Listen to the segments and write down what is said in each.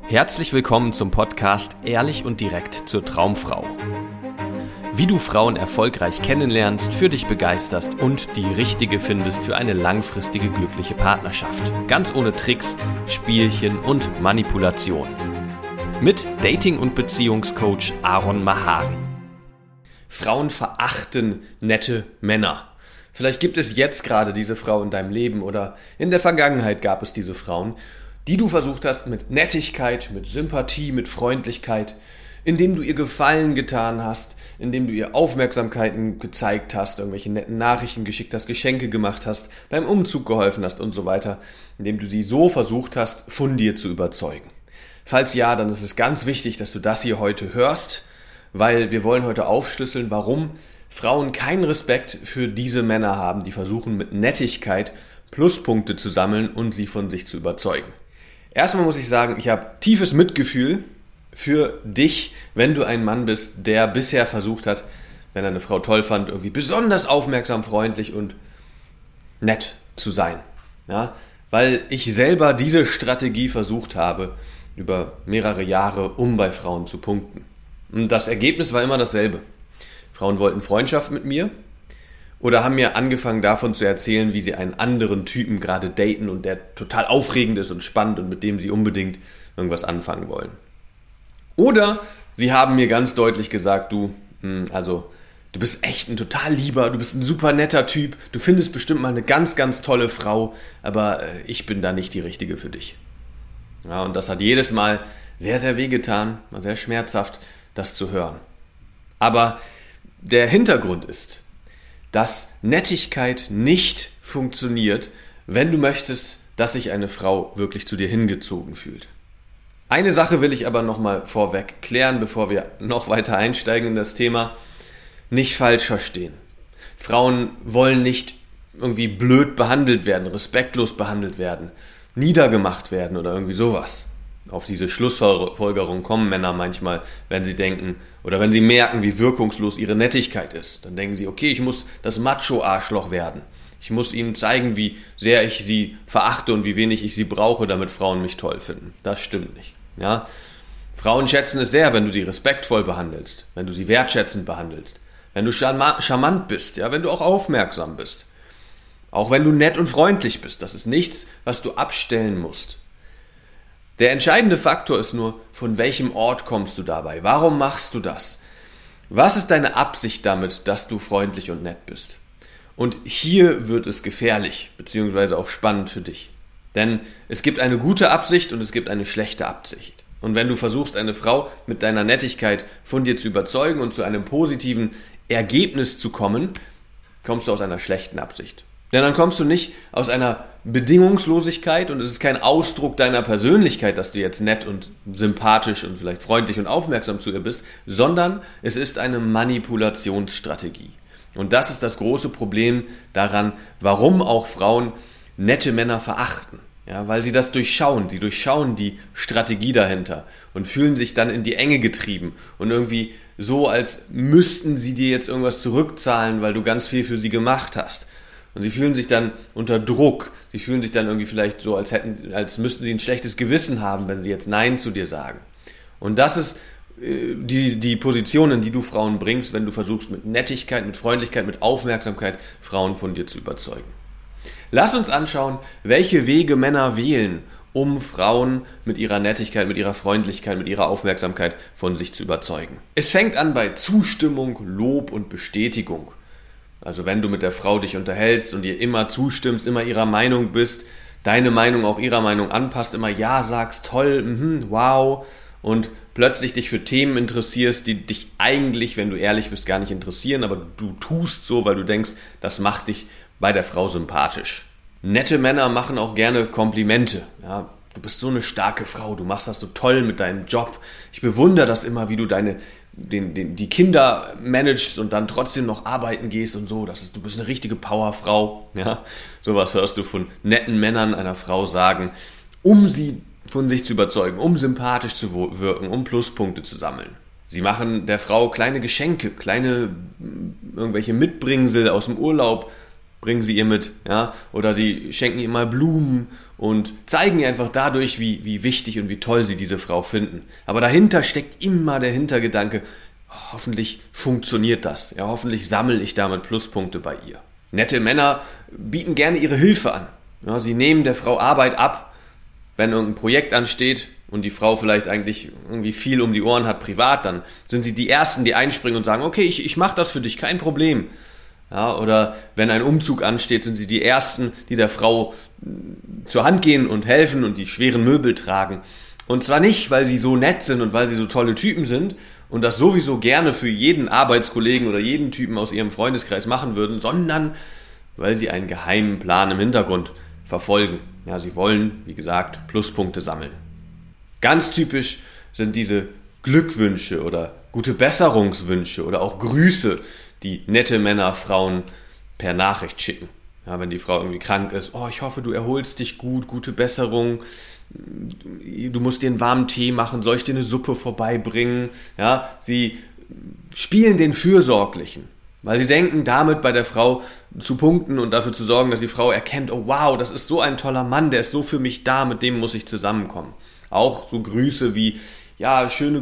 Herzlich willkommen zum Podcast Ehrlich und direkt zur Traumfrau. Wie du Frauen erfolgreich kennenlernst, für dich begeisterst und die richtige findest für eine langfristige glückliche Partnerschaft. Ganz ohne Tricks, Spielchen und Manipulation. Mit Dating- und Beziehungscoach Aaron Mahari. Frauen verachten nette Männer. Vielleicht gibt es jetzt gerade diese Frau in deinem Leben oder in der Vergangenheit gab es diese Frauen, die du versucht hast mit Nettigkeit, mit Sympathie, mit Freundlichkeit, indem du ihr Gefallen getan hast, indem du ihr Aufmerksamkeiten gezeigt hast, irgendwelche netten Nachrichten geschickt hast, Geschenke gemacht hast, beim Umzug geholfen hast und so weiter, indem du sie so versucht hast, von dir zu überzeugen. Falls ja, dann ist es ganz wichtig, dass du das hier heute hörst, weil wir wollen heute aufschlüsseln, warum Frauen keinen Respekt für diese Männer haben, die versuchen mit Nettigkeit Pluspunkte zu sammeln und sie von sich zu überzeugen. Erstmal muss ich sagen, ich habe tiefes Mitgefühl für dich, wenn du ein Mann bist, der bisher versucht hat, wenn er eine Frau toll fand, irgendwie besonders aufmerksam, freundlich und nett zu sein. Ja? Weil ich selber diese Strategie versucht habe, über mehrere Jahre, um bei Frauen zu punkten. Und das Ergebnis war immer dasselbe. Frauen wollten Freundschaft mit mir oder haben mir angefangen davon zu erzählen, wie sie einen anderen Typen gerade daten und der total aufregend ist und spannend und mit dem sie unbedingt irgendwas anfangen wollen. Oder sie haben mir ganz deutlich gesagt, du bist echt ein total lieber, du bist ein super netter Typ, du findest bestimmt mal eine ganz, ganz tolle Frau, aber ich bin da nicht die Richtige für dich. Ja, und das hat jedes Mal sehr, sehr wehgetan, sehr schmerzhaft, das zu hören. Aber der Hintergrund ist, dass Nettigkeit nicht funktioniert, wenn du möchtest, dass sich eine Frau wirklich zu dir hingezogen fühlt. Eine Sache will ich aber nochmal vorweg klären, bevor wir noch weiter einsteigen in das Thema. Nicht falsch verstehen. Frauen wollen nicht irgendwie blöd behandelt werden, respektlos behandelt werden, niedergemacht werden oder irgendwie sowas. Auf diese Schlussfolgerung kommen Männer manchmal, wenn sie denken oder wenn sie merken, wie wirkungslos ihre Nettigkeit ist. Dann denken sie, okay, ich muss das Macho-Arschloch werden. Ich muss ihnen zeigen, wie sehr ich sie verachte und wie wenig ich sie brauche, damit Frauen mich toll finden. Das stimmt nicht. Ja? Frauen schätzen es sehr, wenn du sie respektvoll behandelst, wenn du sie wertschätzend behandelst, wenn du charmant bist, ja? Wenn du auch aufmerksam bist. Auch wenn du nett und freundlich bist. Das ist nichts, was du abstellen musst. Der entscheidende Faktor ist nur, von welchem Ort kommst du dabei? Warum machst du das? Was ist deine Absicht damit, dass du freundlich und nett bist? Und hier wird es gefährlich, beziehungsweise auch spannend für dich. Denn es gibt eine gute Absicht und es gibt eine schlechte Absicht. Und wenn du versuchst, eine Frau mit deiner Nettigkeit von dir zu überzeugen und zu einem positiven Ergebnis zu kommen, kommst du aus einer schlechten Absicht. Denn dann kommst du nicht aus einer Bedingungslosigkeit und es ist kein Ausdruck deiner Persönlichkeit, dass du jetzt nett und sympathisch und vielleicht freundlich und aufmerksam zu ihr bist, sondern es ist eine Manipulationsstrategie. Und das ist das große Problem daran, warum auch Frauen nette Männer verachten. Ja, weil sie das durchschauen. Sie durchschauen die Strategie dahinter und fühlen sich dann in die Enge getrieben und irgendwie so, als müssten sie dir jetzt irgendwas zurückzahlen, weil du ganz viel für sie gemacht hast. Und sie fühlen sich dann unter Druck. Sie fühlen sich dann irgendwie vielleicht so, als müssten sie ein schlechtes Gewissen haben, wenn sie jetzt Nein zu dir sagen. Und das ist die Position, in die du Frauen bringst, wenn du versuchst, mit Nettigkeit, mit Freundlichkeit, mit Aufmerksamkeit Frauen von dir zu überzeugen. Lass uns anschauen, welche Wege Männer wählen, um Frauen mit ihrer Nettigkeit, mit ihrer Freundlichkeit, mit ihrer Aufmerksamkeit von sich zu überzeugen. Es fängt an bei Zustimmung, Lob und Bestätigung. Also wenn du mit der Frau dich unterhältst und ihr immer zustimmst, immer ihrer Meinung bist, deine Meinung auch ihrer Meinung anpasst, immer ja sagst, toll, wow und plötzlich dich für Themen interessierst, die dich eigentlich, wenn du ehrlich bist, gar nicht interessieren, aber du tust so, weil du denkst, das macht dich bei der Frau sympathisch. Nette Männer machen auch gerne Komplimente. Ja, du bist so eine starke Frau, du machst das so toll mit deinem Job. Ich bewundere das immer, wie du die Kinder managst und dann trotzdem noch arbeiten gehst und so. Du bist eine richtige Powerfrau. Ja? Sowas hörst du von netten Männern einer Frau sagen, um sie von sich zu überzeugen, um sympathisch zu wirken, um Pluspunkte zu sammeln. Sie machen der Frau kleine Geschenke, irgendwelche Mitbringsel aus dem Urlaub, bringen sie ihr mit, ja, oder sie schenken ihr mal Blumen und zeigen ihr einfach dadurch, wie wichtig und wie toll sie diese Frau finden. Aber dahinter steckt immer der Hintergedanke, hoffentlich funktioniert das, ja, hoffentlich sammle ich damit Pluspunkte bei ihr. Nette Männer bieten gerne ihre Hilfe an. Ja, sie nehmen der Frau Arbeit ab, wenn irgendein Projekt ansteht und die Frau vielleicht eigentlich irgendwie viel um die Ohren hat privat, dann sind sie die Ersten, die einspringen und sagen, okay, ich mache das für dich, kein Problem. Ja, oder wenn ein Umzug ansteht, sind sie die Ersten, die der Frau zur Hand gehen und helfen und die schweren Möbel tragen. Und zwar nicht, weil sie so nett sind und weil sie so tolle Typen sind und das sowieso gerne für jeden Arbeitskollegen oder jeden Typen aus ihrem Freundeskreis machen würden, sondern weil sie einen geheimen Plan im Hintergrund verfolgen. Ja, sie wollen, wie gesagt, Pluspunkte sammeln. Ganz typisch sind diese Glückwünsche oder gute Besserungswünsche oder auch Grüße, die nette Männer Frauen per Nachricht schicken. Ja, wenn die Frau irgendwie krank ist, oh, ich hoffe, du erholst dich gut, gute Besserung, du musst dir einen warmen Tee machen, soll ich dir eine Suppe vorbeibringen? Ja, sie spielen den Fürsorglichen, weil sie denken, damit bei der Frau zu punkten und dafür zu sorgen, dass die Frau erkennt, oh wow, das ist so ein toller Mann, der ist so für mich da, mit dem muss ich zusammenkommen. Auch so Grüße wie, ja, schöne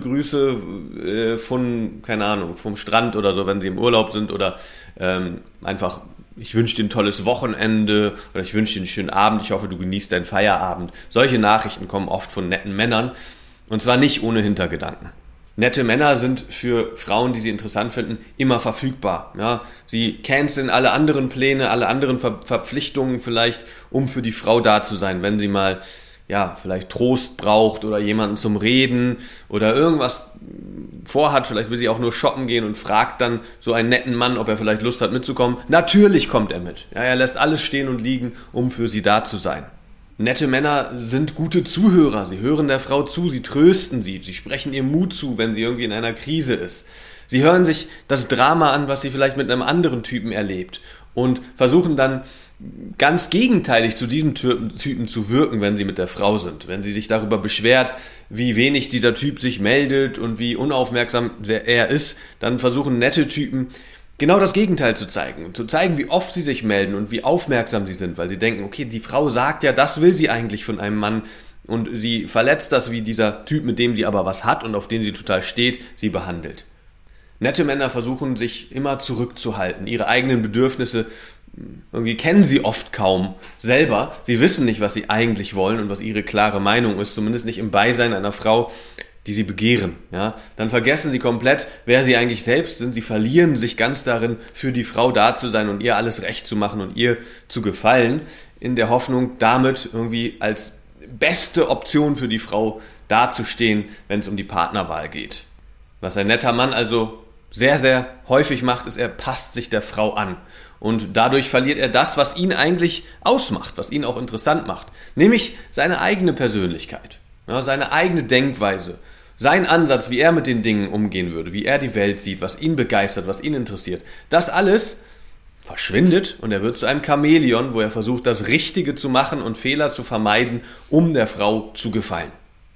Grüße von, keine Ahnung, vom Strand oder so, wenn sie im Urlaub sind oder einfach, ich wünsche dir ein tolles Wochenende oder ich wünsche dir einen schönen Abend, ich hoffe, du genießt deinen Feierabend. Solche Nachrichten kommen oft von netten Männern und zwar nicht ohne Hintergedanken. Nette Männer sind für Frauen, die sie interessant finden, immer verfügbar. Ja, sie canceln alle anderen Pläne, alle anderen Verpflichtungen vielleicht, um für die Frau da zu sein, wenn sie mal vielleicht Trost braucht oder jemanden zum Reden oder irgendwas vorhat, vielleicht will sie auch nur shoppen gehen und fragt dann so einen netten Mann, ob er vielleicht Lust hat mitzukommen. Natürlich kommt er mit. Ja, er lässt alles stehen und liegen, um für sie da zu sein. Nette Männer sind gute Zuhörer. Sie hören der Frau zu, sie trösten sie, sie sprechen ihr Mut zu, wenn sie irgendwie in einer Krise ist. Sie hören sich das Drama an, was sie vielleicht mit einem anderen Typen erlebt und versuchen dann ganz gegenteilig zu diesem Typen zu wirken, wenn sie mit der Frau sind. Wenn sie sich darüber beschwert, wie wenig dieser Typ sich meldet und wie unaufmerksam er ist, dann versuchen nette Typen genau das Gegenteil zu zeigen, wie oft sie sich melden und wie aufmerksam sie sind, weil sie denken, okay, die Frau sagt ja, das will sie eigentlich von einem Mann und sie verletzt das, wie dieser Typ, mit dem sie aber was hat und auf den sie total steht, sie behandelt. Nette Männer versuchen sich immer zurückzuhalten, ihre eigenen Bedürfnisse irgendwie kennen sie oft kaum selber. Sie wissen nicht, was sie eigentlich wollen und was ihre klare Meinung ist, zumindest nicht im Beisein einer Frau, die sie begehren. Ja? Dann vergessen sie komplett, wer sie eigentlich selbst sind. Sie verlieren sich ganz darin, für die Frau da zu sein und ihr alles recht zu machen und ihr zu gefallen, in der Hoffnung, damit irgendwie als beste Option für die Frau dazustehen, wenn es um die Partnerwahl geht. Was ein netter Mann also sehr, sehr häufig macht, ist, er passt sich der Frau an. Und dadurch verliert er das, was ihn eigentlich ausmacht, was ihn auch interessant macht. Nämlich seine eigene Persönlichkeit, ja, seine eigene Denkweise, sein Ansatz, wie er mit den Dingen umgehen würde, wie er die Welt sieht, was ihn begeistert, was ihn interessiert. Das alles verschwindet und er wird zu einem Chamäleon, wo er versucht, das Richtige zu machen und Fehler zu vermeiden, um der Frau zu gefallen.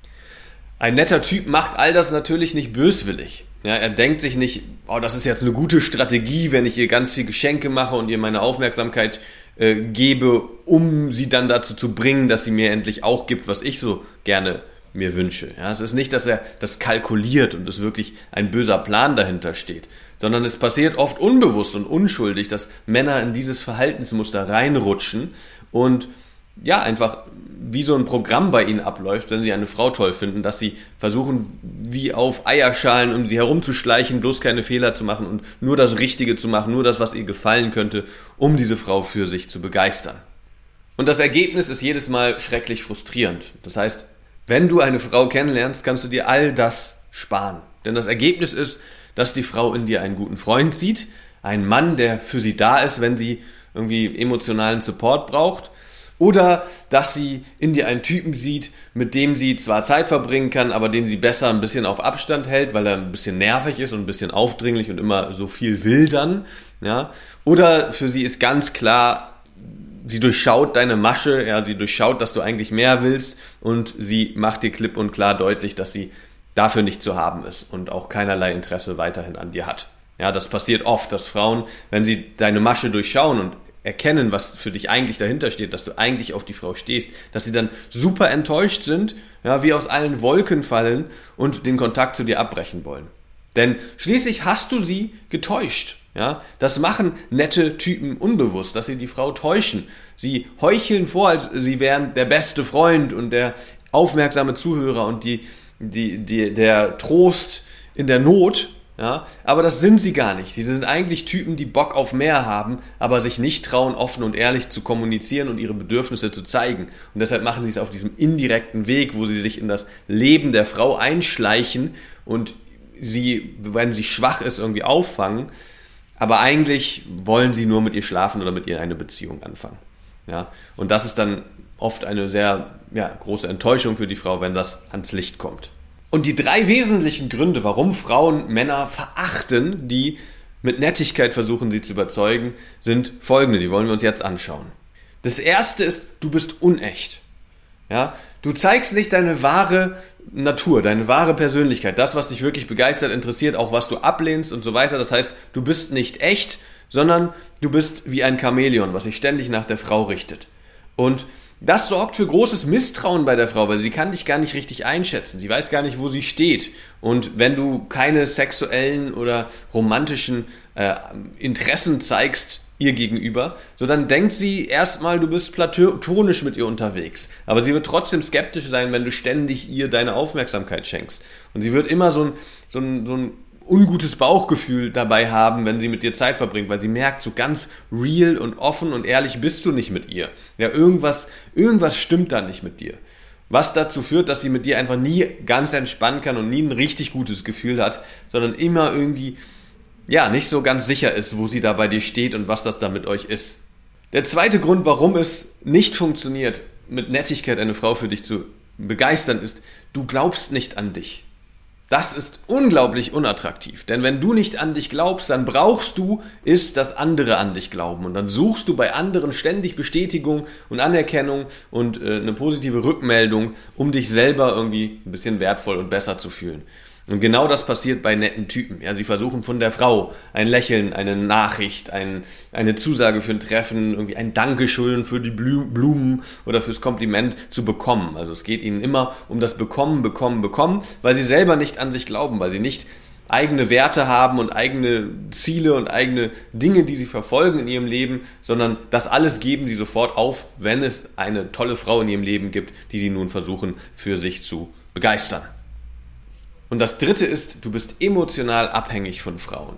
Ein netter Typ macht all das natürlich nicht böswillig. Ja, er denkt sich nicht, oh, das ist jetzt eine gute Strategie, wenn ich ihr ganz viel Geschenke mache und ihr meine Aufmerksamkeit gebe, um sie dann dazu zu bringen, dass sie mir endlich auch gibt, was ich so gerne mir wünsche. Ja, es ist nicht, dass er das kalkuliert und es wirklich ein böser Plan dahinter steht, sondern es passiert oft unbewusst und unschuldig, dass Männer in dieses Verhaltensmuster reinrutschen und ja, einfach wie so ein Programm bei ihnen abläuft, wenn sie eine Frau toll finden, dass sie versuchen, wie auf Eierschalen um sie herumzuschleichen, bloß keine Fehler zu machen und nur das Richtige zu machen, nur das, was ihr gefallen könnte, um diese Frau für sich zu begeistern. Und das Ergebnis ist jedes Mal schrecklich frustrierend. Das heißt, wenn du eine Frau kennenlernst, kannst du dir all das sparen. Denn das Ergebnis ist, dass die Frau in dir einen guten Freund sieht, einen Mann, der für sie da ist, wenn sie irgendwie emotionalen Support braucht, oder dass sie in dir einen Typen sieht, mit dem sie zwar Zeit verbringen kann, aber den sie besser ein bisschen auf Abstand hält, weil er ein bisschen nervig ist und ein bisschen aufdringlich und immer so viel will dann. Ja? Oder für sie ist ganz klar, sie durchschaut deine Masche, ja, sie durchschaut, dass du eigentlich mehr willst und sie macht dir klipp und klar deutlich, dass sie dafür nicht zu haben ist und auch keinerlei Interesse weiterhin an dir hat. Ja, das passiert oft, dass Frauen, wenn sie deine Masche durchschauen und erkennen, was für dich eigentlich dahinter steht, dass du eigentlich auf die Frau stehst, dass sie dann super enttäuscht sind, ja, wie aus allen Wolken fallen und den Kontakt zu dir abbrechen wollen. Denn schließlich hast du sie getäuscht. Ja, das machen nette Typen unbewusst, dass sie die Frau täuschen. Sie heucheln vor, als sie wären der beste Freund und der aufmerksame Zuhörer und der Trost in der Not. Ja, aber das sind sie gar nicht. Sie sind eigentlich Typen, die Bock auf mehr haben, aber sich nicht trauen, offen und ehrlich zu kommunizieren und ihre Bedürfnisse zu zeigen. Und deshalb machen sie es auf diesem indirekten Weg, wo sie sich in das Leben der Frau einschleichen und sie, wenn sie schwach ist, irgendwie auffangen. Aber eigentlich wollen sie nur mit ihr schlafen oder mit ihr eine Beziehung anfangen. Ja? Und das ist dann oft eine sehr große Enttäuschung für die Frau, wenn das ans Licht kommt. Und die 3 wesentlichen Gründe, warum Frauen Männer verachten, die mit Nettigkeit versuchen, sie zu überzeugen, sind folgende. Die wollen wir uns jetzt anschauen. Das erste ist, du bist unecht. Ja? Du zeigst nicht deine wahre Natur, deine wahre Persönlichkeit, das, was dich wirklich begeistert, interessiert, auch was du ablehnst und so weiter. Das heißt, du bist nicht echt, sondern du bist wie ein Chamäleon, was sich ständig nach der Frau richtet. Und das sorgt für großes Misstrauen bei der Frau, weil sie kann dich gar nicht richtig einschätzen. Sie weiß gar nicht, wo sie steht. Und wenn du keine sexuellen oder romantischen Interessen zeigst ihr gegenüber, so dann denkt sie erstmal, du bist platonisch mit ihr unterwegs. Aber sie wird trotzdem skeptisch sein, wenn du ständig ihr deine Aufmerksamkeit schenkst. Und sie wird immer so ein ungutes Bauchgefühl dabei haben, wenn sie mit dir Zeit verbringt, weil sie merkt, so ganz real und offen und ehrlich bist du nicht mit ihr. Ja, irgendwas stimmt da nicht mit dir. Was dazu führt, dass sie mit dir einfach nie ganz entspannen kann und nie ein richtig gutes Gefühl hat, sondern immer irgendwie nicht so ganz sicher ist, wo sie da bei dir steht und was das da mit euch ist. Der zweite Grund, warum es nicht funktioniert, mit Nettigkeit eine Frau für dich zu begeistern, ist, du glaubst nicht an dich. Das ist unglaublich unattraktiv, denn wenn du nicht an dich glaubst, dann brauchst du es, dass andere an dich glauben und dann suchst du bei anderen ständig Bestätigung und Anerkennung und eine positive Rückmeldung, um dich selber irgendwie ein bisschen wertvoll und besser zu fühlen. Und genau das passiert bei netten Typen. Ja, sie versuchen von der Frau ein Lächeln, eine Nachricht, eine Zusage für ein Treffen, irgendwie ein Dankeschön für die Blumen oder fürs Kompliment zu bekommen. Also es geht ihnen immer um das Bekommen, weil sie selber nicht an sich glauben, weil sie nicht eigene Werte haben und eigene Ziele und eigene Dinge, die sie verfolgen in ihrem Leben, sondern das alles geben sie sofort auf, wenn es eine tolle Frau in ihrem Leben gibt, die sie nun versuchen für sich zu begeistern. Und das dritte ist, du bist emotional abhängig von Frauen.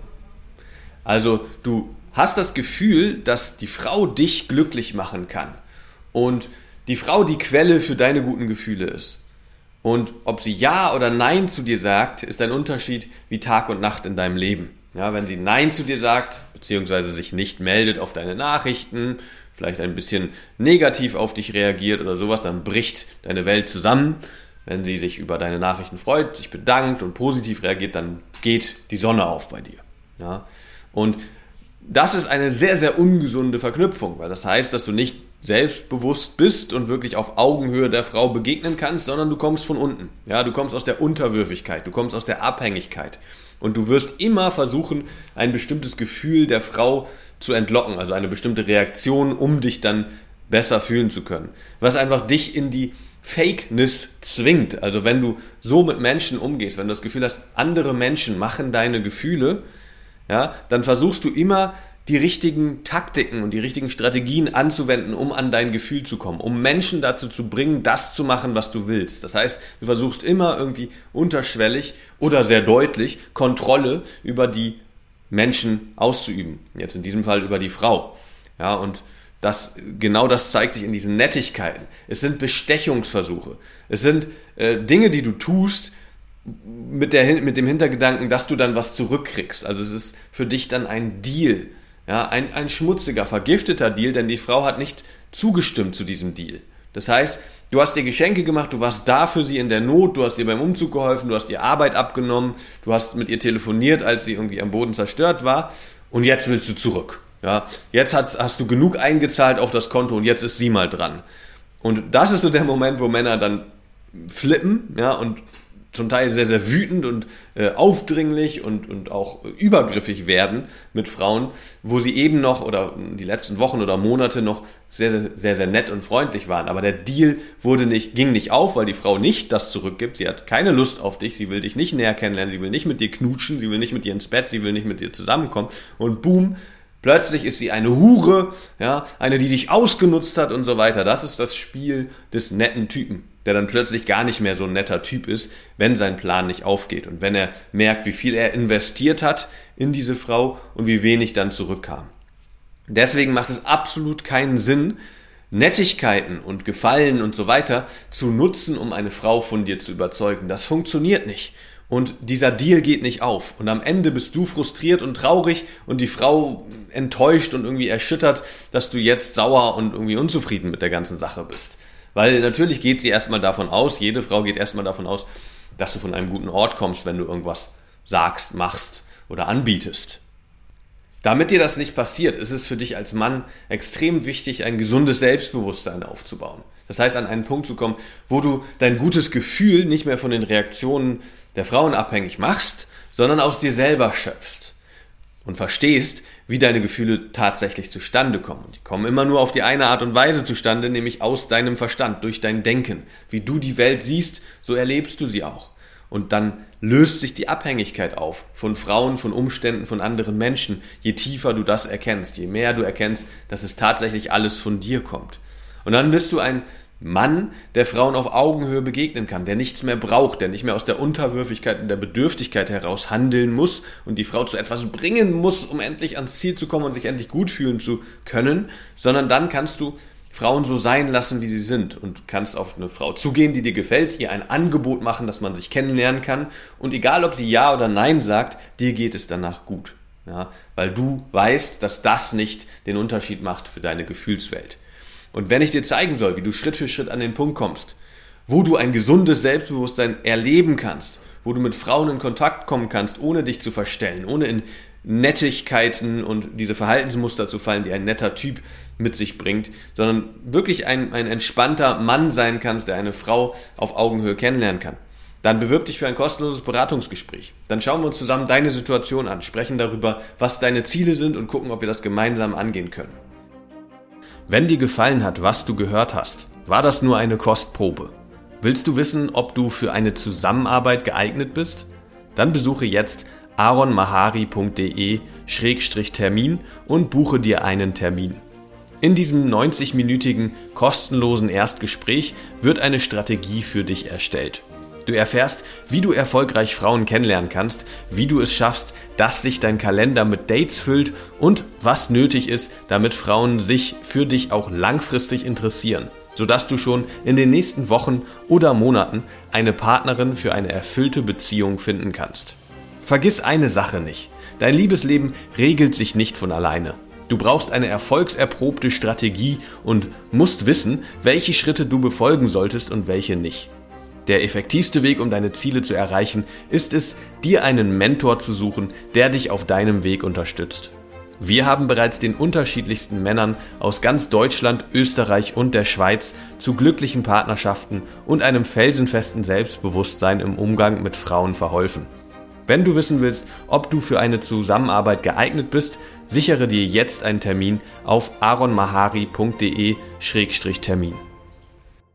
Also du hast das Gefühl, dass die Frau dich glücklich machen kann und die Frau die Quelle für deine guten Gefühle ist. Und ob sie Ja oder Nein zu dir sagt, ist ein Unterschied wie Tag und Nacht in deinem Leben. Ja, wenn sie Nein zu dir sagt, beziehungsweise sich nicht meldet auf deine Nachrichten, vielleicht ein bisschen negativ auf dich reagiert oder sowas, dann bricht deine Welt zusammen. Wenn sie sich über deine Nachrichten freut, sich bedankt und positiv reagiert, dann geht die Sonne auf bei dir. Ja? Und das ist eine sehr, sehr ungesunde Verknüpfung, weil das heißt, dass du nicht selbstbewusst bist und wirklich auf Augenhöhe der Frau begegnen kannst, sondern du kommst von unten. Ja? Du kommst aus der Unterwürfigkeit, du kommst aus der Abhängigkeit. Und du wirst immer versuchen, ein bestimmtes Gefühl der Frau zu entlocken, also eine bestimmte Reaktion, um dich dann besser fühlen zu können. Was einfach dich in die Fakeness zwingt. Also wenn du so mit Menschen umgehst, wenn du das Gefühl hast, andere Menschen machen deine Gefühle, ja, dann versuchst du immer die richtigen Taktiken und die richtigen Strategien anzuwenden, um an dein Gefühl zu kommen, um Menschen dazu zu bringen, das zu machen, was du willst. Das heißt, du versuchst immer irgendwie unterschwellig oder sehr deutlich Kontrolle über die Menschen auszuüben. Jetzt in diesem Fall über die Frau. Ja, und genau das zeigt sich in diesen Nettigkeiten. Es sind Bestechungsversuche. Es sind Dinge, die du tust mit dem Hintergedanken, dass du dann was zurückkriegst. Also es ist für dich dann ein Deal. Ja, ein schmutziger, vergifteter Deal, denn die Frau hat nicht zugestimmt zu diesem Deal. Das heißt, du hast ihr Geschenke gemacht, du warst da für sie in der Not, du hast ihr beim Umzug geholfen, du hast ihr Arbeit abgenommen, du hast mit ihr telefoniert, als sie irgendwie am Boden zerstört war und jetzt willst du zurück. Ja, jetzt hast du genug eingezahlt auf das Konto und jetzt ist sie mal dran. Und das ist so der Moment, wo Männer dann flippen, ja, und zum Teil sehr, sehr wütend und aufdringlich und auch übergriffig werden mit Frauen, wo sie eben noch oder die letzten Wochen oder Monate noch sehr, sehr, sehr nett und freundlich waren. Aber der Deal ging nicht auf, weil die Frau nicht das zurückgibt. Sie hat keine Lust auf dich, sie will dich nicht näher kennenlernen, sie will nicht mit dir knutschen, sie will nicht mit dir ins Bett, sie will nicht mit dir zusammenkommen. Und boom, plötzlich ist sie eine Hure, ja, eine, die dich ausgenutzt hat und so weiter. Das ist das Spiel des netten Typen, der dann plötzlich gar nicht mehr so ein netter Typ ist, wenn sein Plan nicht aufgeht und wenn er merkt, wie viel er investiert hat in diese Frau und wie wenig dann zurückkam. Deswegen macht es absolut keinen Sinn, Nettigkeiten und Gefallen und so weiter zu nutzen, um eine Frau von dir zu überzeugen. Das funktioniert nicht. Und dieser Deal geht nicht auf. Und am Ende bist du frustriert und traurig und die Frau enttäuscht und irgendwie erschüttert, dass du jetzt sauer und irgendwie unzufrieden mit der ganzen Sache bist. Weil natürlich geht sie erstmal davon aus, jede Frau geht erstmal davon aus, dass du von einem guten Ort kommst, wenn du irgendwas sagst, machst oder anbietest. Damit dir das nicht passiert, ist es für dich als Mann extrem wichtig, ein gesundes Selbstbewusstsein aufzubauen. Das heißt, an einen Punkt zu kommen, wo du dein gutes Gefühl nicht mehr von den Reaktionen der Frauen abhängig machst, sondern aus dir selber schöpfst und verstehst, wie deine Gefühle tatsächlich zustande kommen. Und die kommen immer nur auf die eine Art und Weise zustande, nämlich aus deinem Verstand, durch dein Denken. Wie du die Welt siehst, so erlebst du sie auch. Und dann löst sich die Abhängigkeit auf von Frauen, von Umständen, von anderen Menschen. Je tiefer du das erkennst, je mehr du erkennst, dass es tatsächlich alles von dir kommt. Und dann bist du ein Mann, der Frauen auf Augenhöhe begegnen kann, der nichts mehr braucht, der nicht mehr aus der Unterwürfigkeit und der Bedürftigkeit heraus handeln muss und die Frau zu etwas bringen muss, um endlich ans Ziel zu kommen und sich endlich gut fühlen zu können, sondern dann kannst du Frauen so sein lassen, wie sie sind und kannst auf eine Frau zugehen, die dir gefällt, ihr ein Angebot machen, dass man sich kennenlernen kann und egal, ob sie Ja oder Nein sagt, dir geht es danach gut, ja, weil du weißt, dass das nicht den Unterschied macht für deine Gefühlswelt. Und wenn ich dir zeigen soll, wie du Schritt für Schritt an den Punkt kommst, wo du ein gesundes Selbstbewusstsein erleben kannst, wo du mit Frauen in Kontakt kommen kannst, ohne dich zu verstellen, ohne in Nettigkeiten und diese Verhaltensmuster zu fallen, die ein netter Typ mit sich bringt, sondern wirklich ein entspannter Mann sein kannst, der eine Frau auf Augenhöhe kennenlernen kann, dann bewirb dich für ein kostenloses Beratungsgespräch. Dann schauen wir uns zusammen deine Situation an, sprechen darüber, was deine Ziele sind und gucken, ob wir das gemeinsam angehen können. Wenn dir gefallen hat, was du gehört hast, war das nur eine Kostprobe. Willst du wissen, ob du für eine Zusammenarbeit geeignet bist? Dann besuche jetzt aronmahari.de/termin und buche dir einen Termin. In diesem 90-minütigen kostenlosen Erstgespräch wird eine Strategie für dich erstellt. Du erfährst, wie du erfolgreich Frauen kennenlernen kannst, wie du es schaffst, dass sich dein Kalender mit Dates füllt und was nötig ist, damit Frauen sich für dich auch langfristig interessieren, sodass du schon in den nächsten Wochen oder Monaten eine Partnerin für eine erfüllte Beziehung finden kannst. Vergiss eine Sache nicht: Dein Liebesleben regelt sich nicht von alleine. Du brauchst eine erfolgserprobte Strategie und musst wissen, welche Schritte du befolgen solltest und welche nicht. Der effektivste Weg, um deine Ziele zu erreichen, ist es, dir einen Mentor zu suchen, der dich auf deinem Weg unterstützt. Wir haben bereits den unterschiedlichsten Männern aus ganz Deutschland, Österreich und der Schweiz zu glücklichen Partnerschaften und einem felsenfesten Selbstbewusstsein im Umgang mit Frauen verholfen. Wenn du wissen willst, ob du für eine Zusammenarbeit geeignet bist, sichere dir jetzt einen Termin auf aronmahari.de/termin.